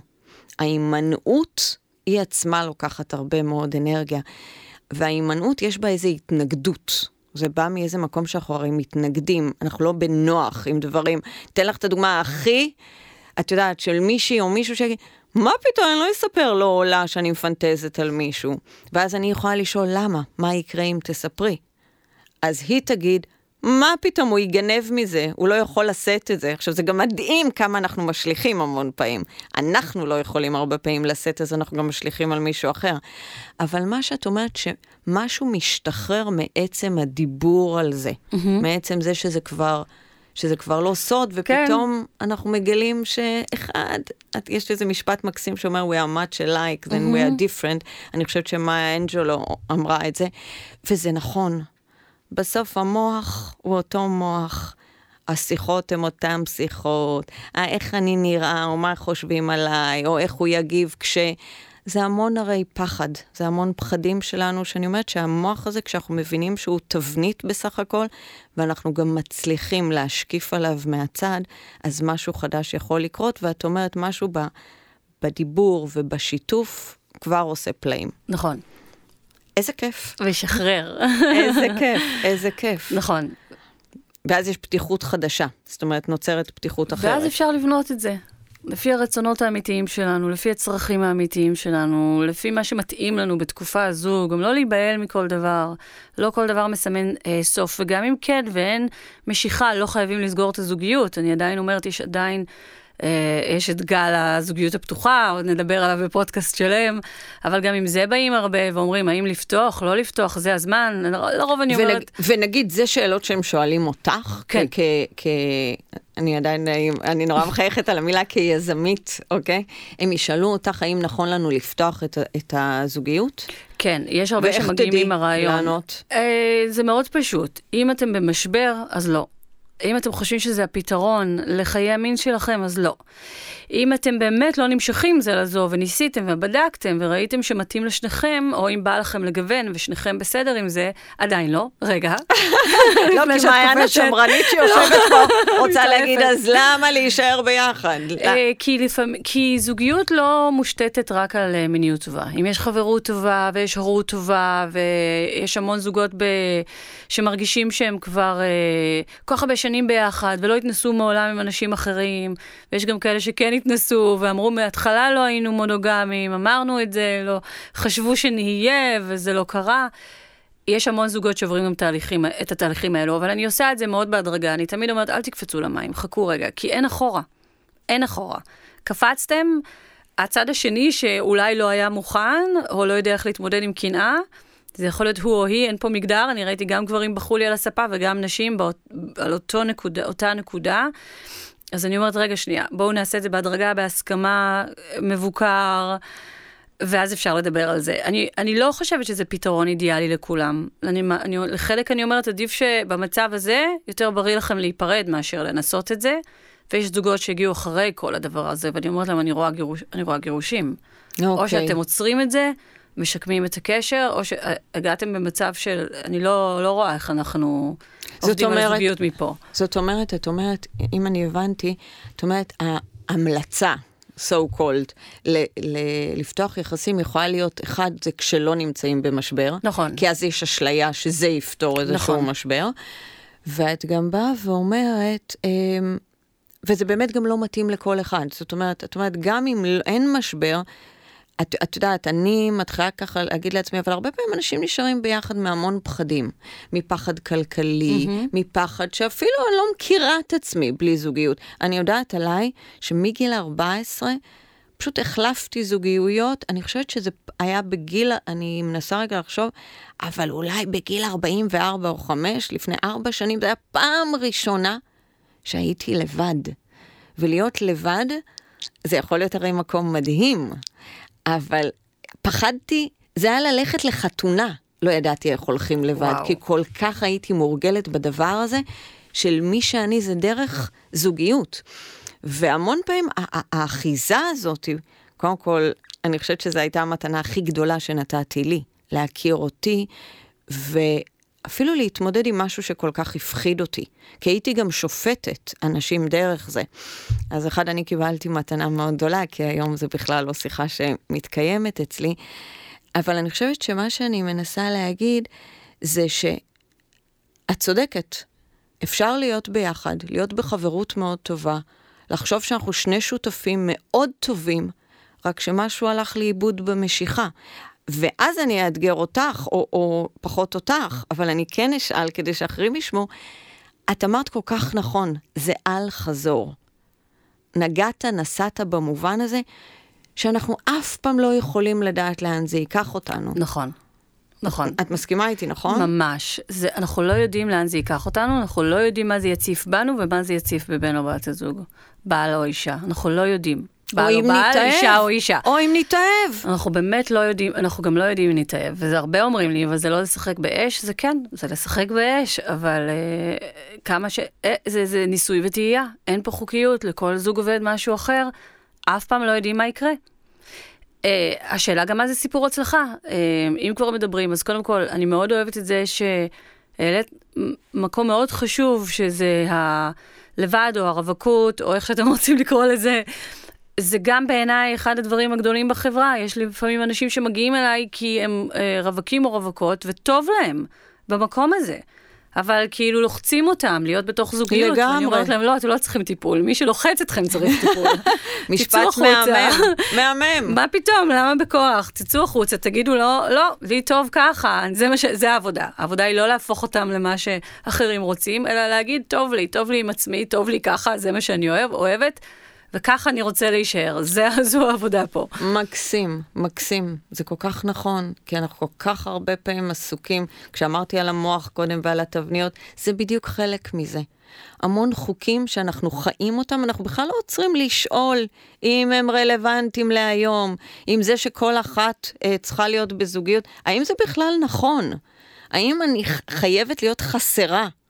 ההימנעות היא עצמה לוקחת הרבה מאוד אנרגיה, וההימנעות יש בה איזו התנגדות. זה בא מאיזה מקום שאנחנו הרי מתנגדים, אנחנו לא בנוח עם דברים. תן לך את הדוגמה הכי, את יודעת, של מישהי או מישהו שיגיד, מה פתאום, אני לא אספר לו עולה שאני מפנטזת על מישהו. ואז אני יכולה לשאול למה, מה יקרה אם תספרי. אז היא תגיד, מה פתאום הוא יגנב מזה, הוא לא יכול לשאת את זה. עכשיו זה גם מדהים כמה אנחנו משליכים המון פעמים. אנחנו לא יכולים הרבה פעמים לשאת, אז אנחנו גם משליכים על מישהו אחר. אבל מה שאת אומרת שמשהו משתחרר מעצם הדיבור על זה. Mm-hmm. מעצם זה שזה כבר, שזה כבר לא סוד, ופתאום כן. אנחנו מגלים שאחד, יש איזה משפט מקסים שאומר, we are much alike, then mm-hmm. we are different. אני חושבת שמאיה אנג'לו אמרה את זה, וזה נכון. בסוף המוח הוא אותו מוח, השיחות הן אותן שיחות, איך אני נראה, או מה חושבים עליי, או איך הוא יגיב כש... זה המון הרי פחד, זה המון פחדים שלנו, שאני אומרת שהמוח הזה, כשאנחנו מבינים שהוא תבנית בסך הכל, ואנחנו גם מצליחים להשקיף עליו מהצד, אז משהו חדש יכול לקרות, ואת אומרת משהו ב... בדיבור ובשיתוף כבר עושה פלאים. נכון. איזה כיף. ושחרר. איזה כיף, איזה כיף. נכון. ואז יש פתיחות חדשה, זאת אומרת, נוצרת פתיחות אחרת. ואז אפשר לבנות את זה. לפי הרצונות האמיתיים שלנו, לפי הצרכים האמיתיים שלנו, לפי מה שמתאים לנו בתקופה הזו, גם לא להיבהל מכל דבר, לא כל דבר מסמן אה, סוף, וגם אם כן, ואין משיכה, לא חייבים לסגור את הזוגיות. אני עדיין אומרת, יש עדיין... יש את גל הזוגיות הפתוחה, עוד נדבר עליו בפודקאסט שלם, אבל גם עם זה באים הרבה ואומרים, האם לפתוח, לא לפתוח, זה הזמן, לרוב אני אומרת... ונגיד, זה שאלות שהם שואלים אותך, כן. אני עדיין, אני נורא מחייכת על המילה כיזמית, אוקיי? הם ישאלו אותך, האם נכון לנו לפתוח את הזוגיות? כן, יש הרבה שמגיעים עם הרעיון. לענות? זה מאוד פשוט. אם אתם במשבר, אז לא. אם אתם חושבים שזה הפתרון לחיי המין שלכם, אז לא. אם אתם באמת לא נמשכים זה לזו, וניסיתם ובדקתם, וראיתם שמתאים לשניכם, או אם בא לכם לגוון, ושניכם בסדר עם זה, עדיין לא. רגע. לא, כי מעיין השמרנית שיושבת פה, רוצה להגיד, אז למה להישאר ביחד? כי זוגיות לא מושתתת רק על מיניות טובה. אם יש חברות טובה, ויש הורות טובה, ויש המון זוגות שמרגישים שהם כבר כל כך הרבה שנים ביחד, ולא התנסו מעולם עם אנשים אחרים, ויש גם כאלה שכן התנסו, ואמרו, מההתחלה לא היינו מונוגמים, אמרנו את זה, לא, חשבו שנהיה, וזה לא קרה. יש המון זוגות שעוברים גם תהליכים, את התהליכים האלו, אבל אני עושה את זה מאוד בהדרגה, אני תמיד אומרת, אל תקפצו למים, חכו רגע, כי אין אחורה, אין אחורה. קפצתם, הצד השני שאולי לא היה מוכן, או לא יודע איך להתמודד עם קנאה, זה יכול להיות הוא או היא, אין פה מגדר, אני ראיתי גם גברים בחו לי על הספה, וגם נשים באות, על אותו נקודה, אותה נקודה. אז אני אומרת, רגע שנייה, בואו נעשה את זה בהדרגה, בהסכמה, מבוקר, ואז אפשר לדבר על זה. אני, אני לא חושבת שזה פתרון אידיאלי לכולם. אני, אני, לחלק אני אומרת, עדיף שבמצב הזה, יותר בריא לכם להיפרד מאשר לנסות את זה, ויש זוגות שהגיעו אחרי כל הדבר הזה, ואני אומרת להם, אני רואה, גירוש, אני רואה גירושים. Okay. או שאתם עוצרים את זה, משקמים את הקשר, או שהגעתם במצב של, אני לא, לא רואה איך אנחנו עובדים על זוגיות מפה. זאת אומרת, את אומרת, אם אני הבנתי, את אומרת, ההמלצה, so called, ל- ל- לפתוח יחסים יכולה להיות, אחד, זה כשלא נמצאים במשבר. נכון. כי אז יש אשליה שזה יפתור איזשהו נכון. משבר. ואת גם באה ואומרת, וזה באמת גם לא מתאים לכל אחד. זאת אומרת, את אומרת, גם אם אין משבר, את, את יודעת, אני מתחילה ככה להגיד לעצמי, אבל הרבה פעמים אנשים נשארים ביחד מהמון פחדים. מפחד כלכלי, mm-hmm. מפחד שאפילו אני לא מכירה את עצמי בלי זוגיות. אני יודעת עליי שמגיל ארבע עשרה, פשוט החלפתי זוגיות, אני חושבת שזה היה בגיל, אני מנסה רגע לחשוב, אבל אולי בגיל ארבעים וארבע או חמש, לפני ארבע שנים, זה היה פעם ראשונה שהייתי לבד. ולהיות לבד, זה יכול להיות הרי מקום מדהים, אבל פחדתי, זה היה ללכת לחתונה, לא ידעתי איך הולכים לבד, וואו. כי כל כך הייתי מורגלת בדבר הזה, של מי שאני זה דרך זוגיות. והמון פעמים, האחיזה הזאת, קודם כל, אני חושבת שזו הייתה המתנה הכי גדולה שנתתי לי, להכיר אותי, ואפילו להתמודד עם משהו שכל כך הפחיד אותי, כי הייתי גם שופטת אנשים דרך זה. אז אחד, אני קיבלתי מתנה מאוד גדולה, כי היום זה בכלל לא שיחה שמתקיימת אצלי, אבל אני חושבת שמה שאני מנסה להגיד, זה שאת צודקת, אפשר להיות ביחד, להיות בחברות מאוד טובה, לחשוב שאנחנו שני שותפים מאוד טובים, רק שמשהו הלך לאיבוד במשיכה. ואז אני אאתגר אותך, או, או פחות אותך, אבל אני כן אשאל כדי שאחרים ישמעו, את אמרת כל כך נכון, זה על חזור. נגעת, נסעת במובן הזה, שאנחנו אף פעם לא יכולים לדעת לאן זה ייקח אותנו. נכון. נכון. את מסכימה איתי, נכון? ממש. זה, אנחנו לא יודעים לאן זה ייקח אותנו, אנחנו לא יודעים מה זה יציף בנו, ומה זה יציף בבן או בת הזוג. בעל או אישה. אנחנו לא יודעים. בעל או בעל, אישה או אישה. או אם נתאהב. אנחנו באמת לא יודעים, אנחנו גם לא יודעים אם נתאהב. וזה הרבה אומרים לי, אבל זה לא לשחק באש, זה כן, זה לשחק באש, אבל אה, כמה ש... אה, זה, זה ניסוי וטעייה. אין פה חוקיות, לכל זוג עובד משהו אחר, אף פעם לא יודעים מה יקרה. Uh, השאלה גם מה זה סיפור הצלחה. Uh, אם כבר מדברים, אז קודם כל, אני מאוד אוהבת את זה שהעלית מקום מאוד חשוב, שזה הלבד או הרווקות, או איך שאתם רוצים לקרוא לזה, זה גם בעיניי אחד הדברים הגדולים בחברה. יש לפעמים אנשים שמגיעים אליי כי הם uh, רווקים או רווקות, וטוב להם במקום הזה. אבל כאילו לוחצים אותם להיות בתוך זוגיות. לגמרי. ואני אומרת להם, לא, אתם לא צריכים טיפול. מי שלוחץ אתכם צריך טיפול. משפט מהמם. מהמם. מה פתאום? למה בכוח? תצאו החוצה, תגידו לא, לא, לי טוב ככה. זה, מה ש... זה העבודה. העבודה היא לא להפוך אותם למה שאחרים רוצים, אלא להגיד, טוב לי, טוב לי עם עצמי, טוב לי ככה, זה מה שאני אוהב, אוהבת. וככה אני רוצה להישאר. זה, זו העבודה פה. מקסים, מקסים. זה כל כך נכון, כי אנחנו כל כך הרבה פעמים עסוקים. כשאמרתי על המוח קודם ועל התבניות, זה בדיוק חלק מזה. המון חוקים שאנחנו חיים אותם, אנחנו בכלל לא עוצרים לשאול אם הם רלוונטיים להיום, אם זה שכל אחת אה, צריכה להיות בזוגיות, האם זה בכלל נכון? האם אני חייבת להיות חסרה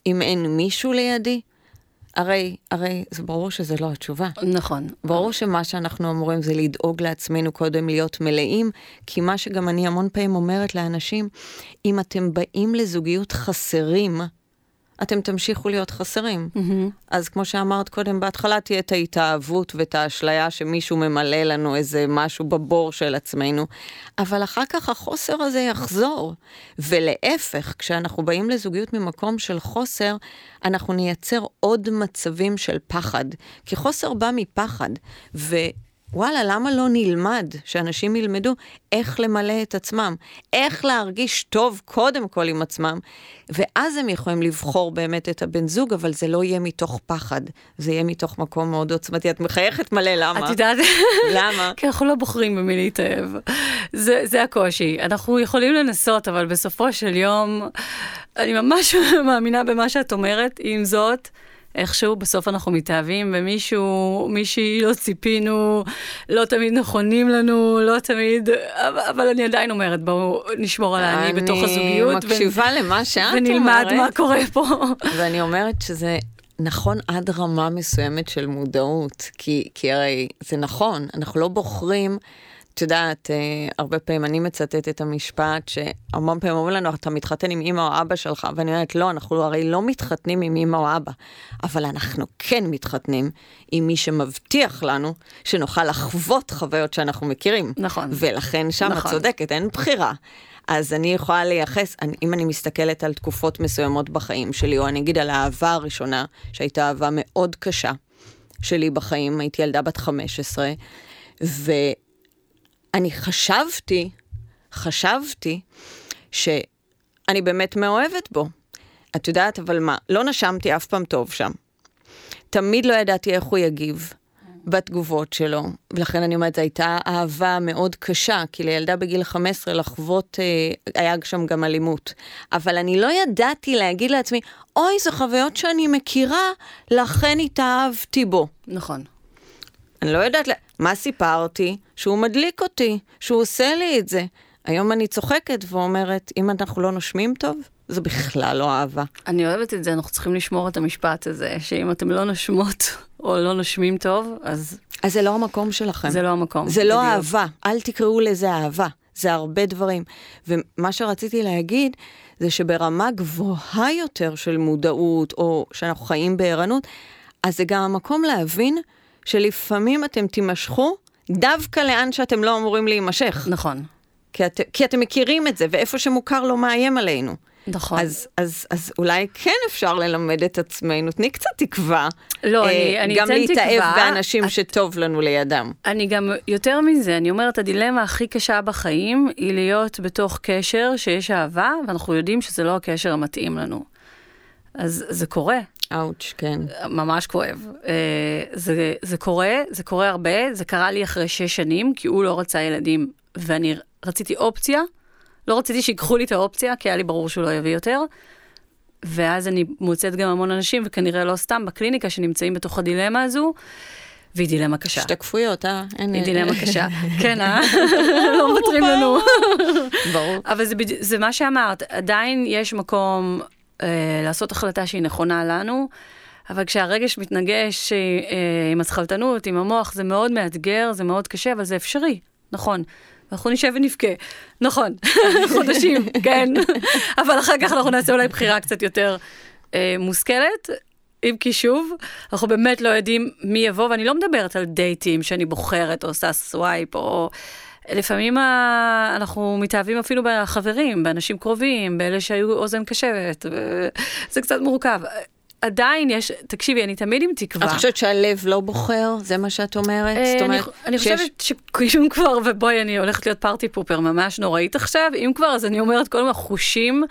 אם אין מישהו לידי, הרי, הרי זה ברור שזה לא התשובה. נכון. ברור שמה שאנחנו אמורים זה לדאוג לעצמנו קודם להיות מלאים, כי מה שגם אני המון פעמים אומרת לאנשים, אם אתם באים לזוגיות חסרים, אתם תמשיכו להיות חסרים. Mm-hmm. אז כמו שאמרת קודם, בהתחלה תהיה את ההתאהבות ואת האשליה שמישהו ממלא לנו איזה משהו בבור של עצמנו, אבל אחר כך החוסר הזה יחזור. ולהפך, כשאנחנו באים לזוגיות ממקום של חוסר, אנחנו נייצר עוד מצבים של פחד, כי חוסר בא מפחד, ו... וואלה, למה לא נלמד שאנשים ילמדו איך למלא את עצמם, איך להרגיש טוב קודם כל עם עצמם, ואז הם יכולים לבחור באמת את הבן זוג, אבל זה לא יהיה מתוך פחד, זה יהיה מתוך מקום מאוד עוצמתי. את מחייכת מלא, למה? את יודעת? למה? כי אנחנו לא בוחרים במי להתאהב. זה, זה הקושי. אנחנו יכולים לנסות, אבל בסופו של יום, אני ממש מאמינה במה שאת אומרת, עם זאת, איכשהו בסוף אנחנו מתאהבים, ומישהו, מישהי לא ציפינו, לא תמיד נכונים לנו, לא תמיד, אבל אני עדיין אומרת, בואו נשמור על העני בתוך הזוגיות. אני מקשיבה למה שאת אומרת. ונלמד מה קורה פה. ואני אומרת שזה נכון עד רמה מסוימת של מודעות, כי, כי הרי זה נכון, אנחנו לא בוחרים, את יודעת, הרבה פעמים אני מצטט את המשפט, שהמון פעמים אומרים לנו, אתה מתחתן עם אמא או אבא שלך, ואני אומרת, לא, אנחנו הרי לא מתחתנים עם אמא או אבא, אבל אנחנו כן מתחתנים עם מי שמבטיח לנו, שנוכל לחוות חוויות שאנחנו מכירים. נכון. ולכן שם נכון. את צודקת, אין בחירה. אז אני יכולה לייחס, אני, אם אני מסתכלת על תקופות מסוימות בחיים שלי, או אני אגיד על האהבה הראשונה, שהייתה אהבה מאוד קשה שלי בחיים, הייתי ילדה בת חמש עשרה, ו... אני חשבתי, חשבתי שאני באמת מאוהבת בו. את יודעת, אבל מה? לא נשמתי אף פעם טוב שם. תמיד לא ידעתי איך הוא יגיב בתגובות שלו. ולכן אני אומרת, זו הייתה אהבה מאוד קשה, כי לילדה בגיל חמש עשרה לחוות, היה שם גם אלימות. אבל אני לא ידעתי להגיד לעצמי, אוי, זו חוויות שאני מכירה, לכן התאהבתי בו. נכון. אני לא יודעת, מה סיפרתי? שהוא מדליק אותי, שהוא עושה לי את זה. היום אני צוחקת ואומרת, אם אנחנו לא נושמים טוב, זה בכלל לא אהבה. אני אוהבת את זה, אנחנו צריכים לשמור את המשפט הזה, שאם אתם לא נושמות או לא נושמים טוב, אז... אז זה לא המקום שלכם. זה לא המקום. זה לא אהבה, אל תקראו לזה אהבה, זה הרבה דברים. ומה שרציתי להגיד, זה שברמה גבוהה יותר של מודעות, או שאנחנו חיים בערנות, אז זה גם המקום להבין שלפעמים אתם תימשכו דווקא לאן שאתם לא אמורים להימשך. נכון. כי, את, כי אתם מכירים את זה, ואיפה שמוכר לא מאיים עלינו. נכון. אז, אז, אז אולי כן אפשר ללמד את עצמנו, תני קצת תקווה. לא, אה, אני, אני גם להתאהב באנשים את... שטוב לנו לידם. אני גם, יותר מזה, אני אומרת, הדילמה הכי קשה בחיים, היא להיות בתוך קשר שיש אהבה, ואנחנו יודעים שזה לא הקשר המתאים לנו. אז זה קורה. אאוץ', כן. ממש כואב. זה, זה קורה, זה קורה הרבה, זה קרה לי אחרי שש שנים, כי הוא לא רצה ילדים, ואני רציתי אופציה, לא רציתי שיקחו לי את האופציה, כי היה לי ברור שהוא לא יביא יותר, ואז אני מוצאת גם המון אנשים, וכנראה לא סתם בקליניקה, שנמצאים בתוך הדילמה הזו, והיא דילמה קשה. שתקפויות, אה? היא דילמה קשה. כן, אה? לא מוותרים לנו. ברור. אבל זה, זה מה שאמרת, עדיין יש מקום לעשות החלטה שהיא נכונה לנו, אבל כשהרגש מתנגש עם הסחלטנות, עם המוח, זה מאוד מאתגר, זה מאוד קשה, אבל זה אפשרי, נכון. אנחנו נשב ונבכה, נכון, חודשים, כן. אבל אחר כך אנחנו נעשה אולי בחירה קצת יותר מושכלת, אם כי שוב, אנחנו באמת לא יודעים מי יבוא, ואני לא מדברת על דייטים שאני בוחרת, או עושה סווייפ, או... לפעמים אנחנו מתאהבים אפילו בחברים, באנשים קרובים, באלה שהיו אוזן קשבת, זה קצת מורכב. עדיין יש, תקשיבי, אני תמיד עם תקווה. את חושבת שהלב לא בוחר? זה מה שאת אומרת? אני חושבת שאם כבר, ובואי, אני הולכת להיות פארטי פופר ממש נוראית עכשיו, אם כבר, אז אני אומרת, כל מיני חושים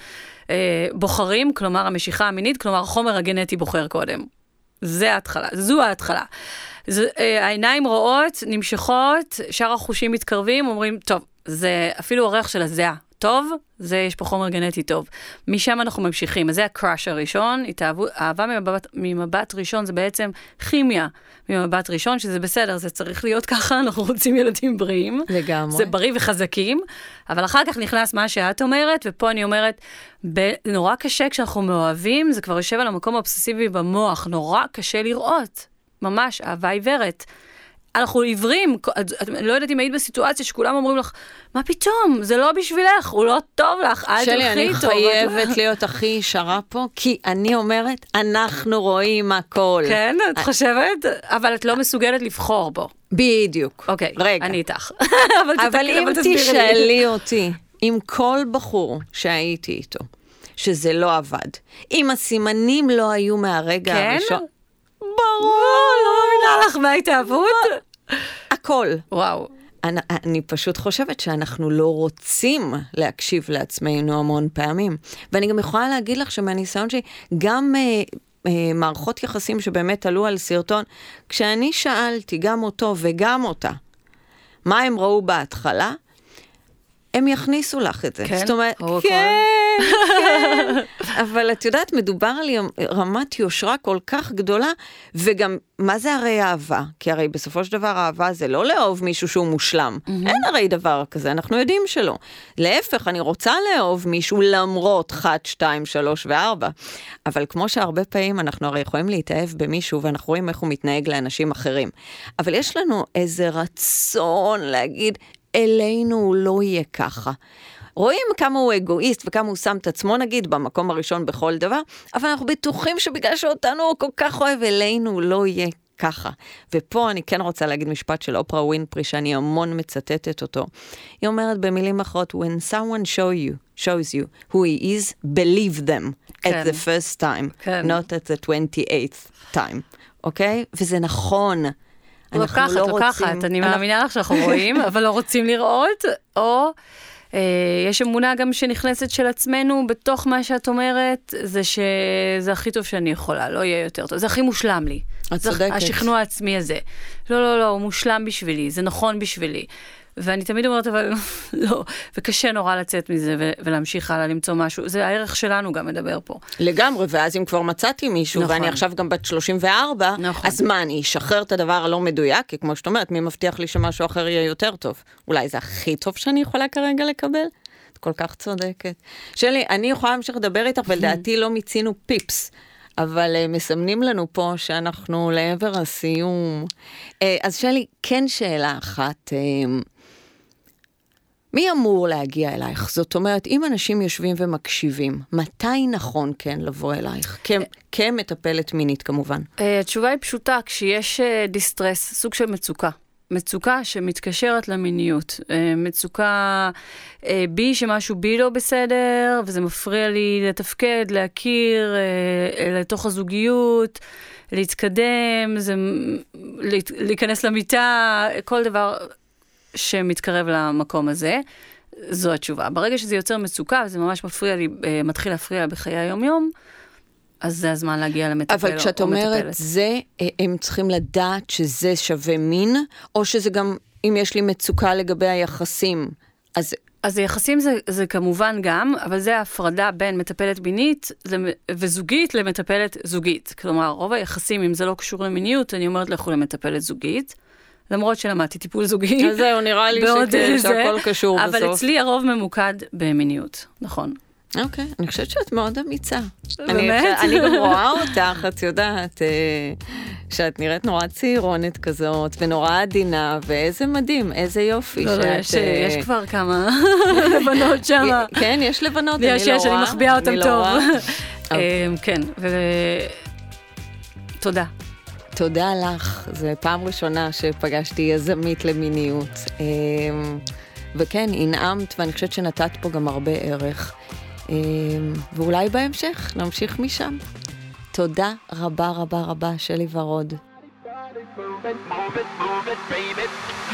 בוחרים, כלומר המשיכה המינית, כלומר החומר הגנטי בוחר קודם. זה ההתחלה, זו ההתחלה. זה, העיניים רואות, נמשכות, שאר החושים מתקרבים, אומרים, טוב, זה אפילו הריח של הזיעה, טוב, זה יש פה חומר גנטי טוב. משם אנחנו ממשיכים, אז זה הקראש הראשון, התאהבות, אהבה ממבט, ממבט ראשון זה בעצם כימיה ממבט ראשון, שזה בסדר, זה צריך להיות ככה, אנחנו רוצים ילדים בריאים. לגמרי. זה בריא וחזקים, אבל אחר כך נכנס מה שאת אומרת, ופה אני אומרת, ב- נורא קשה כשאנחנו מאוהבים, זה כבר יושב על המקום האובססיבי במוח, נורא קשה לראות, ממש, אהבה עיוורת. אנחנו עיוורים, אני לא יודעת אם היית בסיטואציה שכולם אומרים לך, מה פתאום, זה לא בשבילך, הוא לא טוב לך, אל תלכי איתו. שלי, אני חייבת להיות הכי ישרה פה, כי אני אומרת, אנחנו רואים הכל. כן, את חושבת? אבל את לא מסוגלת לבחור בו. בדיוק. אוקיי, אני איתך. אבל אם תשאלי אותי, עם כל בחור שהייתי איתו, שזה לא עבד, אם הסימנים לא היו מהרגע הראשון, ברור, לא מאמינה לך מההתאהבות. הכל. וואו. אני, אני פשוט חושבת שאנחנו לא רוצים להקשיב לעצמנו המון פעמים. ואני גם יכולה להגיד לך שמהניסיון שלי, גם אה, אה, מערכות יחסים שבאמת עלו על סרטון, כשאני שאלתי גם אותו וגם אותה, מה הם ראו בהתחלה, הם יכניסו לך את זה. כן? זאת אומרת, כן, כן. אבל את יודעת, מדובר על רמת יושרה כל כך גדולה, וגם, מה זה הרי אהבה? כי הרי בסופו של דבר אהבה זה לא לאהוב מישהו שהוא מושלם. אין הרי דבר כזה, אנחנו יודעים שלא. להפך, אני רוצה לאהוב מישהו למרות אחת, שתיים, שלוש וארבע. אבל כמו שהרבה פעמים אנחנו הרי יכולים להתאהב במישהו, ואנחנו רואים איך הוא מתנהג לאנשים אחרים. אבל יש לנו איזה רצון להגיד, אלינו הוא לא יהיה ככה. רואים כמה הוא אגואיסט וכמה הוא שם את עצמו נגיד במקום הראשון בכל דבר, אבל אנחנו בטוחים שבגלל שאותנו הוא כל כך אוהב, אלינו הוא לא יהיה ככה. ופה אני כן רוצה להגיד משפט של אופרה ווינפרי, שאני המון מצטטת אותו. היא אומרת במילים אחרות, when someone show you, shows you who he is, believe them כן. at the first time, כן. not at the twenty-eighth time. אוקיי? וזה נכון. לוקחת, לא לוקחת, אני מאמינה לך שאנחנו רואים, אבל לא רוצים לראות, או אה, יש אמונה גם שנכנסת של עצמנו בתוך מה שאת אומרת, זה שזה הכי טוב שאני יכולה, לא יהיה יותר טוב, זה הכי מושלם לי. את צודקת. השכנוע העצמי הזה. לא, לא, לא, הוא מושלם בשבילי, זה נכון בשבילי. ואני תמיד אומרת, אבל לא, וקשה נורא לצאת מזה ו- ולהמשיך הלאה למצוא משהו. זה הערך שלנו גם מדבר פה. לגמרי, ואז אם כבר מצאתי מישהו, נכון. ואני עכשיו גם בת שלושים וארבע, נכון. אז מה, אני אשחרר את הדבר הלא מדויק, כי כמו שאת אומרת, מי מבטיח לי שמשהו אחר יהיה יותר טוב? אולי זה הכי טוב שאני יכולה כרגע לקבל? את כל כך צודקת. שלי, אני יכולה להמשיך לדבר איתך, ולדעתי לא מיצינו פיפס. אבל uh, מסמנים לנו פה שאנחנו לעבר הסיום. Uh, אז שלי, כן שאלה אחת, uh, מי אמור להגיע אלייך? זאת אומרת, אם אנשים יושבים ומקשיבים, מתי נכון כן לבוא אלייך? כמטפלת מינית כמובן. התשובה היא פשוטה, כשיש דיסטרס, סוג של מצוקה. מצוקה שמתקשרת למיניות. מצוקה בי, שמשהו בי לא בסדר, וזה מפריע לי לתפקד, להכיר, לתוך הזוגיות, להתקדם, זה, להיכנס למיטה, כל דבר שמתקרב למקום הזה, זו התשובה. ברגע שזה יוצר מצוקה, וזה ממש מפריע לי, מתחיל להפריע בחיי היום-יום, אז זה הזמן להגיע למטפל או מטפלת. אבל כשאת אומרת זה, הם צריכים לדעת שזה שווה מין, או שזה גם, אם יש לי מצוקה לגבי היחסים, אז... אז היחסים זה, זה כמובן גם, אבל זה ההפרדה בין מטפלת מינית וזוגית למטפלת זוגית. כלומר, רוב היחסים, אם זה לא קשור למיניות, אני אומרת לכו למטפלת זוגית, למרות שלמדתי טיפול זוגי. אז זהו, נראה לי שכן, שהכל קשור בסוף. אבל אצלי הרוב ממוקד במיניות, נכון. אוקיי, אני חושבת שאת מאוד אמיצה. באמת? אני גם רואה אותך, את יודעת, שאת נראית נורא צעירונת כזאת, ונורא עדינה, ואיזה מדהים, איזה יופי. לא, לא, יש כבר כמה לבנות שם. כן, יש לבנות, אני לא רואה. יש, יש, אני מחביאה אותם טוב. כן, ותודה. תודה לך, זו פעם ראשונה שפגשתי יזמית למיניות. וכן, הנעמת, ואני חושבת שנתת פה גם הרבה ערך. ואולי בהמשך נמשיך משם. תודה רבה רבה רבה, שלי ורוד.